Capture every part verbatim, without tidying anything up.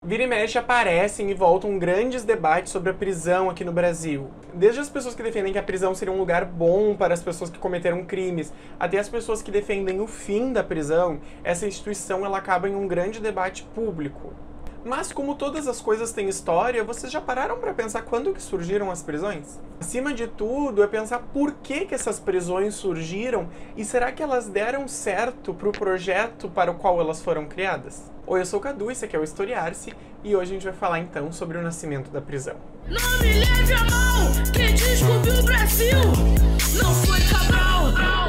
Vira e mexe aparecem e voltam grandes debates sobre a prisão aqui no Brasil. Desde as pessoas que defendem que a prisão seria um lugar bom para as pessoas que cometeram crimes, até as pessoas que defendem o fim da prisão, essa instituição ela acaba em um grande debate público. Mas como todas as coisas têm história, vocês já pararam para pensar quando que surgiram as prisões? Acima de tudo é pensar por que que essas prisões surgiram e será que elas deram certo para o projeto para o qual elas foram criadas? Oi, eu sou o Cadu, esse aqui é o Historiar-se e hoje a gente vai falar então sobre o nascimento da prisão. Não me leve a mão, quem descobriu o Brasil não foi Cabral.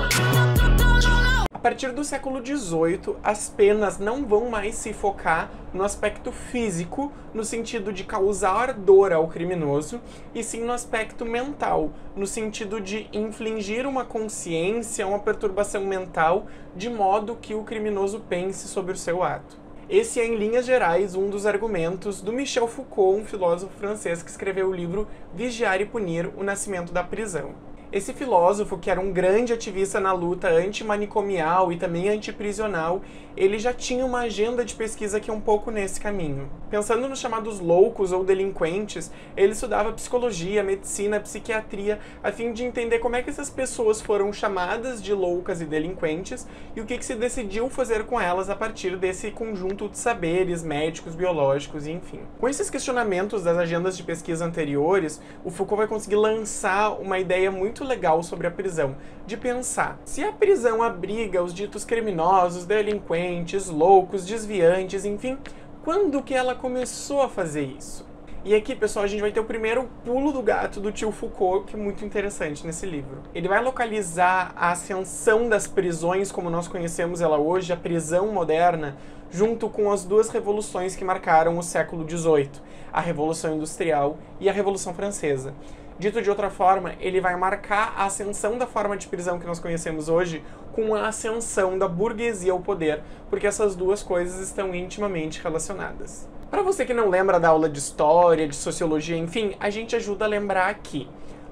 A partir do século dezoito, as penas não vão mais se focar no aspecto físico, no sentido de causar dor ao criminoso, e sim no aspecto mental, no sentido de infligir uma consciência, uma perturbação mental, de modo que o criminoso pense sobre o seu ato. Esse é, em linhas gerais, um dos argumentos do Michel Foucault, um filósofo francês que escreveu o livro Vigiar e Punir, O Nascimento da Prisão. Esse filósofo, que era um grande ativista na luta antimanicomial e também antiprisional, ele já tinha uma agenda de pesquisa que é um pouco nesse caminho. Pensando nos chamados loucos ou delinquentes, ele estudava psicologia, medicina, psiquiatria, a fim de entender como é que essas pessoas foram chamadas de loucas e delinquentes e o que, que se decidiu fazer com elas a partir desse conjunto de saberes médicos, biológicos e enfim. Com esses questionamentos das agendas de pesquisa anteriores, o Foucault vai conseguir lançar uma ideia muito legal sobre a prisão, de pensar, se a prisão abriga os ditos criminosos, delinquentes, loucos, desviantes, enfim, quando que ela começou a fazer isso? E aqui, pessoal, a gente vai ter o primeiro pulo do gato do tio Foucault, que é muito interessante nesse livro. Ele vai localizar a ascensão das prisões, como nós conhecemos ela hoje, a prisão moderna, junto com as duas revoluções que marcaram o século dezoito, a Revolução Industrial e a Revolução Francesa. Dito de outra forma, ele vai marcar a ascensão da forma de prisão que nós conhecemos hoje com a ascensão da burguesia ao poder, porque essas duas coisas estão intimamente relacionadas. Para você que não lembra da aula de história, de sociologia, enfim, a gente ajuda a lembrar aqui.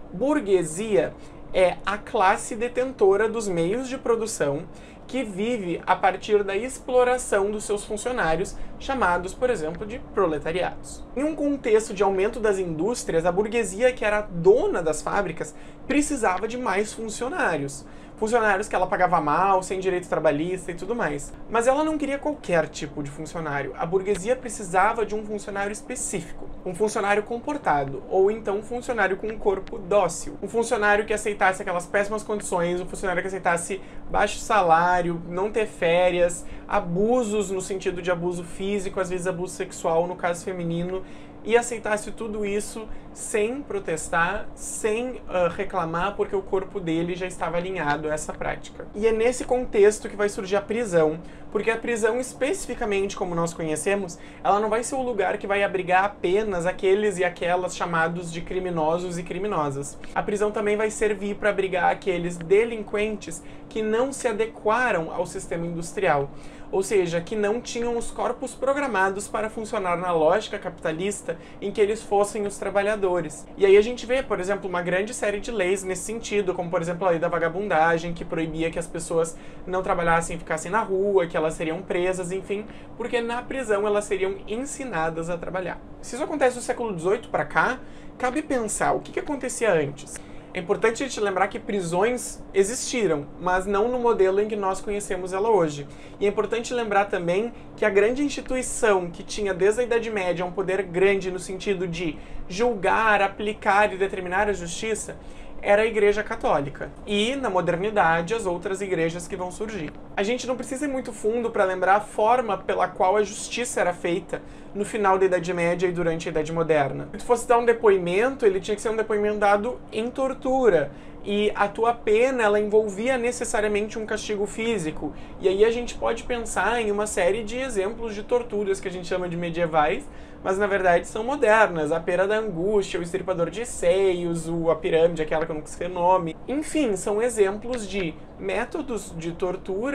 Burguesia é a classe detentora dos meios de produção que vive a partir da exploração dos seus funcionários, chamados, por exemplo, de proletariados. Em um contexto de aumento das indústrias, a burguesia, que era dona das fábricas, precisava de mais funcionários. Funcionários que ela pagava mal, sem direito trabalhista e tudo mais. Mas ela não queria qualquer tipo de funcionário. A burguesia precisava de um funcionário específico. Um funcionário comportado, ou então um funcionário com um corpo dócil. Um funcionário que aceitasse aquelas péssimas condições, um funcionário que aceitasse baixo salário, não ter férias, abusos no sentido de abuso físico, às vezes abuso sexual, no caso feminino, e aceitasse tudo isso sem protestar, sem uh, reclamar, porque o corpo dele já estava alinhado a essa prática. E é nesse contexto que vai surgir a prisão, porque a prisão, especificamente como nós conhecemos, ela não vai ser o lugar que vai abrigar apenas aqueles e aquelas chamados de criminosos e criminosas. A prisão também vai servir para abrigar aqueles delinquentes que não se adequaram ao sistema industrial, ou seja, que não tinham os corpos programados para funcionar na lógica capitalista em que eles fossem os trabalhadores. E aí a gente vê, por exemplo, uma grande série de leis nesse sentido, como por exemplo a lei da vagabundagem, que proibia que as pessoas não trabalhassem e ficassem na rua, que elas seriam presas, enfim, porque na prisão elas seriam ensinadas a trabalhar. Se isso acontece do século dezoito para cá, cabe pensar o que, que acontecia antes. É importante a gente lembrar que prisões existiram, mas não no modelo em que nós conhecemos ela hoje. E é importante lembrar também que a grande instituição que tinha desde a Idade Média um poder grande no sentido de julgar, aplicar e determinar a justiça era a Igreja Católica. E, na modernidade, as outras igrejas que vão surgir. A gente não precisa ir muito fundo para lembrar a forma pela qual a justiça era feita no final da Idade Média e durante a Idade Moderna. Se tu fosse dar um depoimento, ele tinha que ser um depoimento dado em tortura. E a tua pena, ela envolvia necessariamente um castigo físico. E aí a gente pode pensar em uma série de exemplos de torturas que a gente chama de medievais, mas na verdade são modernas. A pera da angústia, o estripador de seios, o, a pirâmide, aquela que eu não sei o nome. Enfim, são exemplos de métodos de tortura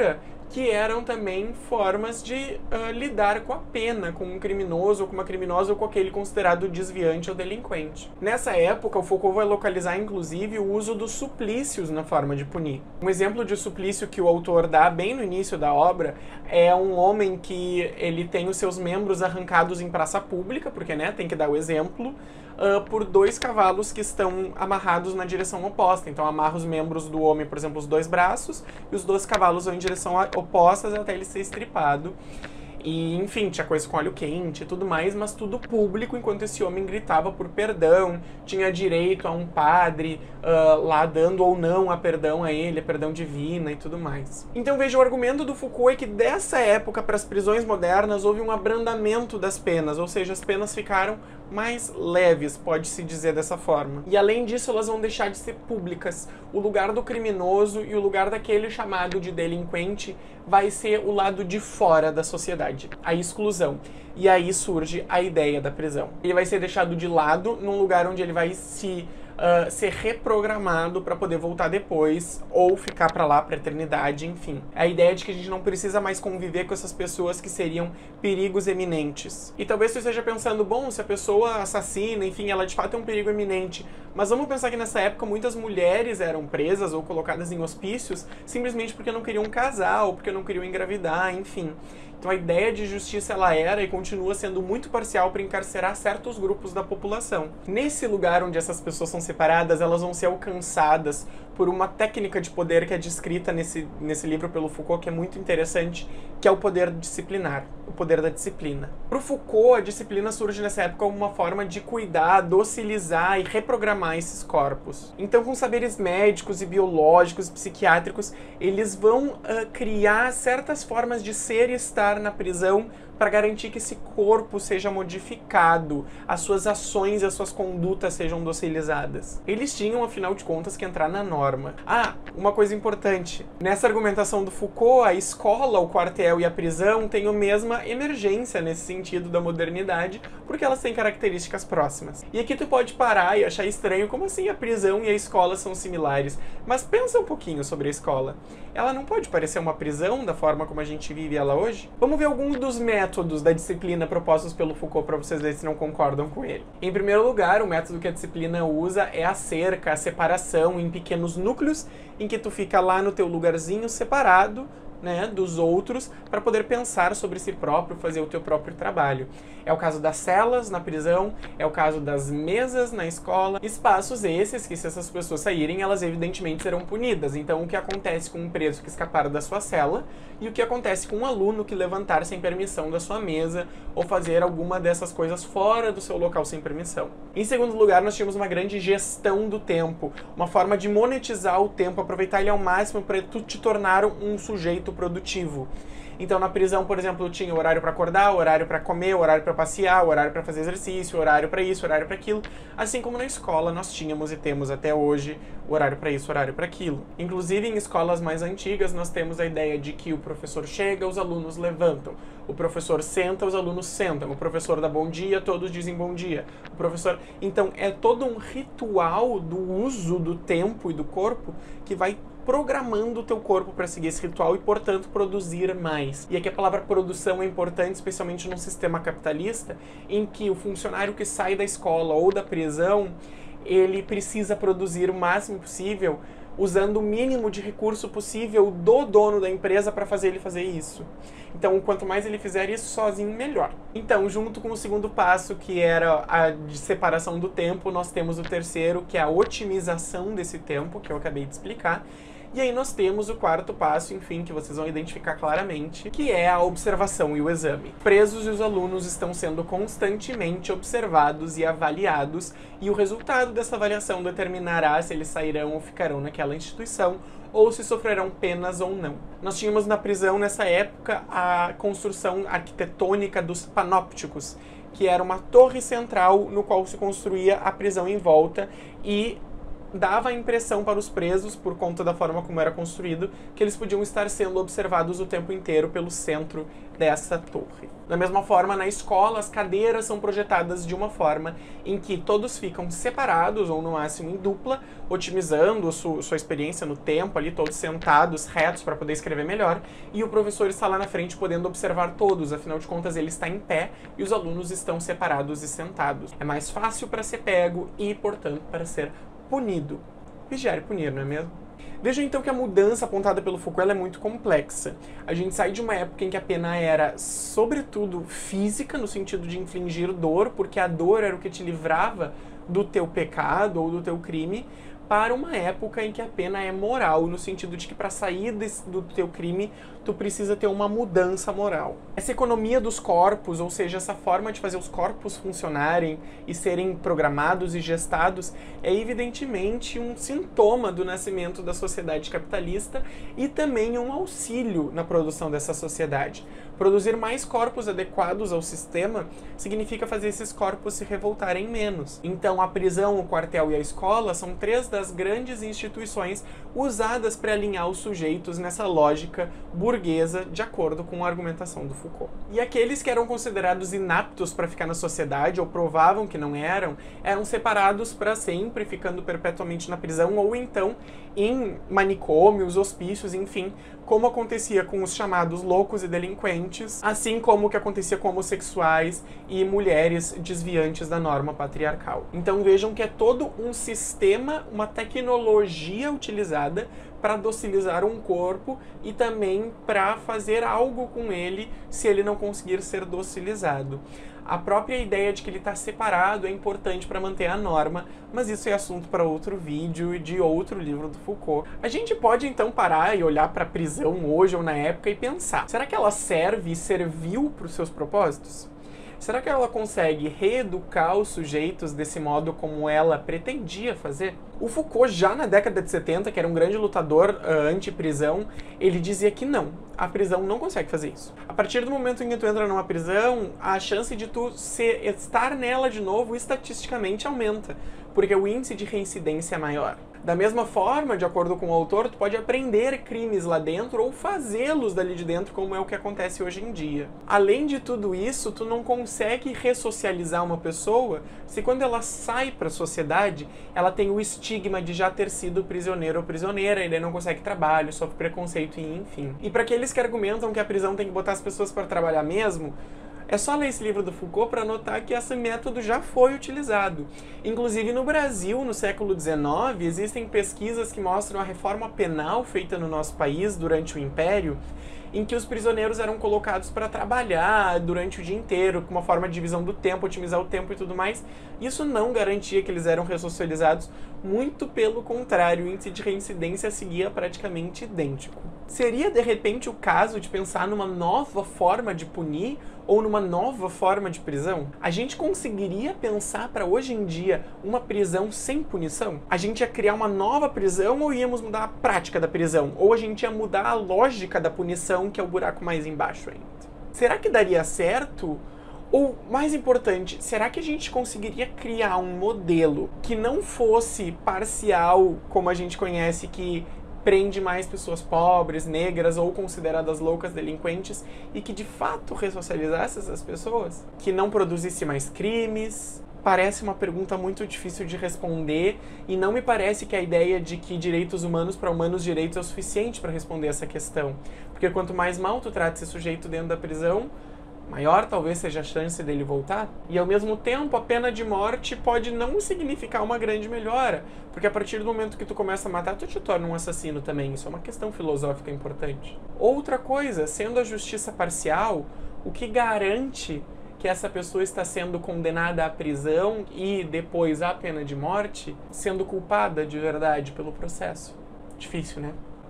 que eram também formas de uh, lidar com a pena, com um criminoso ou com uma criminosa ou com aquele considerado desviante ou delinquente. Nessa época, o Foucault vai localizar, inclusive, o uso dos suplícios na forma de punir. Um exemplo de suplício que o autor dá bem no início da obra é um homem que ele tem os seus membros arrancados em praça pública, porque, né, tem que dar o exemplo, Uh, por dois cavalos que estão amarrados na direção oposta. Então amarra os membros do homem, por exemplo, os dois braços, e os dois cavalos vão em direção opostas até ele ser estripado. E, enfim, tinha coisa com óleo quente e tudo mais, mas tudo público, enquanto esse homem gritava por perdão, tinha direito a um padre uh, lá dando ou não a perdão a ele, a perdão divina e tudo mais. Então veja, o argumento do Foucault é que dessa época para as prisões modernas houve um abrandamento das penas, ou seja, as penas ficaram mais leves, pode-se dizer dessa forma. E além disso, elas vão deixar de ser públicas. O lugar do criminoso e o lugar daquele chamado de delinquente vai ser o lado de fora da sociedade, a exclusão. E aí surge a ideia da prisão. Ele vai ser deixado de lado num lugar onde ele vai se Uh, ser reprogramado para poder voltar depois ou ficar para lá para a eternidade, enfim. A ideia de que a gente não precisa mais conviver com essas pessoas que seriam perigos eminentes. E talvez você esteja pensando, bom, se a pessoa assassina, enfim, ela de fato é um perigo eminente. Mas vamos pensar que nessa época muitas mulheres eram presas ou colocadas em hospícios simplesmente porque não queriam casar ou porque não queriam engravidar, enfim. Então a ideia de justiça ela era e continua sendo muito parcial para encarcerar certos grupos da população. Nesse lugar onde essas pessoas são separadas, elas vão ser alcançadas por uma técnica de poder que é descrita nesse, nesse livro pelo Foucault, que é muito interessante, que é o poder disciplinar, o poder da disciplina. Para o Foucault, a disciplina surge nessa época como uma forma de cuidar, docilizar e reprogramar esses corpos. Então, com saberes médicos e biológicos, psiquiátricos, eles vão uh, criar certas formas de ser e estar na prisão para garantir que esse corpo seja modificado, as suas ações e as suas condutas sejam docilizadas. Eles tinham, afinal de contas, que entrar na norma. Ah, uma coisa importante. Nessa argumentação do Foucault, a escola, o quartel e a prisão têm a mesma emergência nesse sentido da modernidade, porque elas têm características próximas. E aqui tu pode parar e achar estranho como assim a prisão e a escola são similares. Mas pensa um pouquinho sobre a escola. Ela não pode parecer uma prisão da forma como a gente vive ela hoje? Vamos ver alguns dos métodos da disciplina propostos pelo Foucault para vocês verem se não concordam com ele. Em primeiro lugar, o método que a disciplina usa é a cerca, a separação em pequenos núcleos, em que tu fica lá no teu lugarzinho separado, né, dos outros, para poder pensar sobre si próprio, fazer o teu próprio trabalho. É o caso das celas na prisão, é o caso das mesas na escola, espaços esses que, se essas pessoas saírem, elas evidentemente serão punidas. Então, o que acontece com um preso que escapar da sua cela e o que acontece com um aluno que levantar sem permissão da sua mesa ou fazer alguma dessas coisas fora do seu local sem permissão. Em segundo lugar, nós tínhamos uma grande gestão do tempo, uma forma de monetizar o tempo, aproveitar ele ao máximo para tu te tornar um sujeito produtivo. Então, na prisão, por exemplo, tinha horário para acordar, horário para comer, horário para passear, horário para fazer exercício, horário para isso, horário para aquilo. Assim como na escola nós tínhamos e temos até hoje horário para isso, horário para aquilo. Inclusive, em escolas mais antigas, nós temos a ideia de que o professor chega, os alunos levantam. O professor senta, os alunos sentam. O professor dá bom dia, todos dizem bom dia. O professor... Então, é todo um ritual do uso do tempo e do corpo que vai programando o teu corpo para seguir esse ritual e, portanto, produzir mais. E aqui a palavra produção é importante, especialmente num sistema capitalista, em que o funcionário que sai da escola ou da prisão, ele precisa produzir o máximo possível, usando o mínimo de recurso possível do dono da empresa para fazer ele fazer isso. Então, quanto mais ele fizer isso sozinho, melhor. Então, junto com o segundo passo, que era a de separação do tempo, nós temos o terceiro, que é a otimização desse tempo, que eu acabei de explicar. E aí nós temos o quarto passo, enfim, que vocês vão identificar claramente, que é a observação e o exame. Presos e os alunos estão sendo constantemente observados e avaliados, e o resultado dessa avaliação determinará se eles sairão ou ficarão naquela instituição, ou se sofrerão penas ou não. Nós tínhamos na prisão, nessa época, a construção arquitetônica dos panópticos, que era uma torre central no qual se construía a prisão em volta, e dava a impressão para os presos, por conta da forma como era construído, que eles podiam estar sendo observados o tempo inteiro pelo centro dessa torre. Da mesma forma, na escola, as cadeiras são projetadas de uma forma em que todos ficam separados, ou no máximo em dupla, otimizando su sua experiência no tempo, ali todos sentados, retos, para poder escrever melhor, e o professor está lá na frente podendo observar todos, afinal de contas ele está em pé e os alunos estão separados e sentados. É mais fácil para ser pego e, portanto, para ser punido. Vigiar e punir, não é mesmo? Vejam então que a mudança apontada pelo Foucault ela é muito complexa. A gente sai de uma época em que a pena era, sobretudo, física, no sentido de infligir dor, porque a dor era o que te livrava do teu pecado ou do teu crime, para uma época em que a pena é moral, no sentido de que para sair desse, do teu crime, tu precisa ter uma mudança moral. Essa economia dos corpos, ou seja, essa forma de fazer os corpos funcionarem e serem programados e gestados, é evidentemente um sintoma do nascimento da sociedade capitalista e também um auxílio na produção dessa sociedade. Produzir mais corpos adequados ao sistema significa fazer esses corpos se revoltarem menos. Então, a prisão, o quartel e a escola são três das grandes instituições usadas para alinhar os sujeitos nessa lógica burguesa, de acordo com a argumentação do Foucault. E aqueles que eram considerados inaptos para ficar na sociedade, ou provavam que não eram, eram separados para sempre, ficando perpetuamente na prisão, ou então em manicômios, hospícios, enfim, como acontecia com os chamados loucos e delinquentes, assim como o que acontecia com homossexuais e mulheres desviantes da norma patriarcal. Então vejam que é todo um sistema, uma tecnologia utilizada para docilizar um corpo e também para fazer algo com ele se ele não conseguir ser docilizado. A própria ideia de que ele está separado é importante para manter a norma, mas isso é assunto para outro vídeo e de outro livro do Foucault. A gente pode então parar e olhar para a prisão hoje ou na época e pensar, será que ela serve e serviu para os seus propósitos? Será que ela consegue reeducar os sujeitos desse modo como ela pretendia fazer? O Foucault, já na década de setenta, que era um grande lutador uh, anti-prisão, ele dizia que não, a prisão não consegue fazer isso. A partir do momento em que tu entra numa prisão, a chance de tu ser, estar nela de novo estatisticamente aumenta, porque o índice de reincidência é maior. Da mesma forma, de acordo com o autor, tu pode aprender crimes lá dentro ou fazê-los dali de dentro, como é o que acontece hoje em dia. Além de tudo isso, tu não consegue ressocializar uma pessoa se quando ela sai para a sociedade, ela tem o estigma de já ter sido prisioneiro ou prisioneira, e daí não consegue trabalho, sofre preconceito e enfim. E para aqueles que argumentam que a prisão tem que botar as pessoas para trabalhar mesmo, é só ler esse livro do Foucault para notar que esse método já foi utilizado. Inclusive no Brasil, no século dezenove, existem pesquisas que mostram a reforma penal feita no nosso país durante o Império, em que os prisioneiros eram colocados para trabalhar durante o dia inteiro, com uma forma de divisão do tempo, otimizar o tempo e tudo mais. Isso não garantia que eles eram ressocializados, muito pelo contrário, o índice de reincidência seguia praticamente idêntico. Seria, de repente, o caso de pensar numa nova forma de punir ou numa nova forma de prisão? A gente conseguiria pensar para hoje em dia uma prisão sem punição? A gente ia criar uma nova prisão ou íamos mudar a prática da prisão? Ou a gente ia mudar a lógica da punição, que é o buraco mais embaixo ainda? Será que daria certo? Ou, mais importante, será que a gente conseguiria criar um modelo que não fosse parcial, como a gente conhece, que prende mais pessoas pobres, negras ou consideradas loucas, delinquentes, e que de fato ressocializasse essas pessoas? Que não produzisse mais crimes? Parece uma pergunta muito difícil de responder, e não me parece que a ideia de que direitos humanos para humanos direitos é o suficiente para responder essa questão. Porque quanto mais mal tu trata esse sujeito dentro da prisão, maior talvez seja a chance dele voltar. E ao mesmo tempo, a pena de morte pode não significar uma grande melhora, porque a partir do momento que tu começa a matar, tu te torna um assassino também. Isso é uma questão filosófica importante. Outra coisa, sendo a justiça parcial, o que garante que essa pessoa está sendo condenada à prisão e depois à pena de morte, sendo culpada de verdade pelo processo? Difícil, né?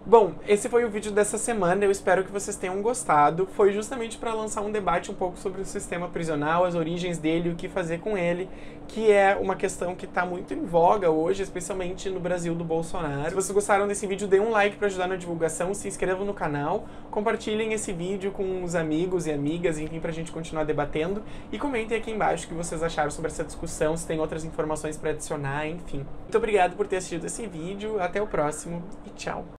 Bom, esse foi o vídeo dessa semana, eu espero que vocês tenham gostado. Foi justamente para lançar um debate um pouco sobre o sistema prisional, as origens dele e o que fazer com ele, que é uma questão que está muito em voga hoje, especialmente no Brasil do Bolsonaro. Se vocês gostaram desse vídeo, deem um like para ajudar na divulgação, se inscrevam no canal, compartilhem esse vídeo com os amigos e amigas, enfim, pra gente continuar debatendo, e comentem aqui embaixo o que vocês acharam sobre essa discussão, se tem outras informações para adicionar, enfim. Muito obrigado por ter assistido esse vídeo, até o próximo e tchau!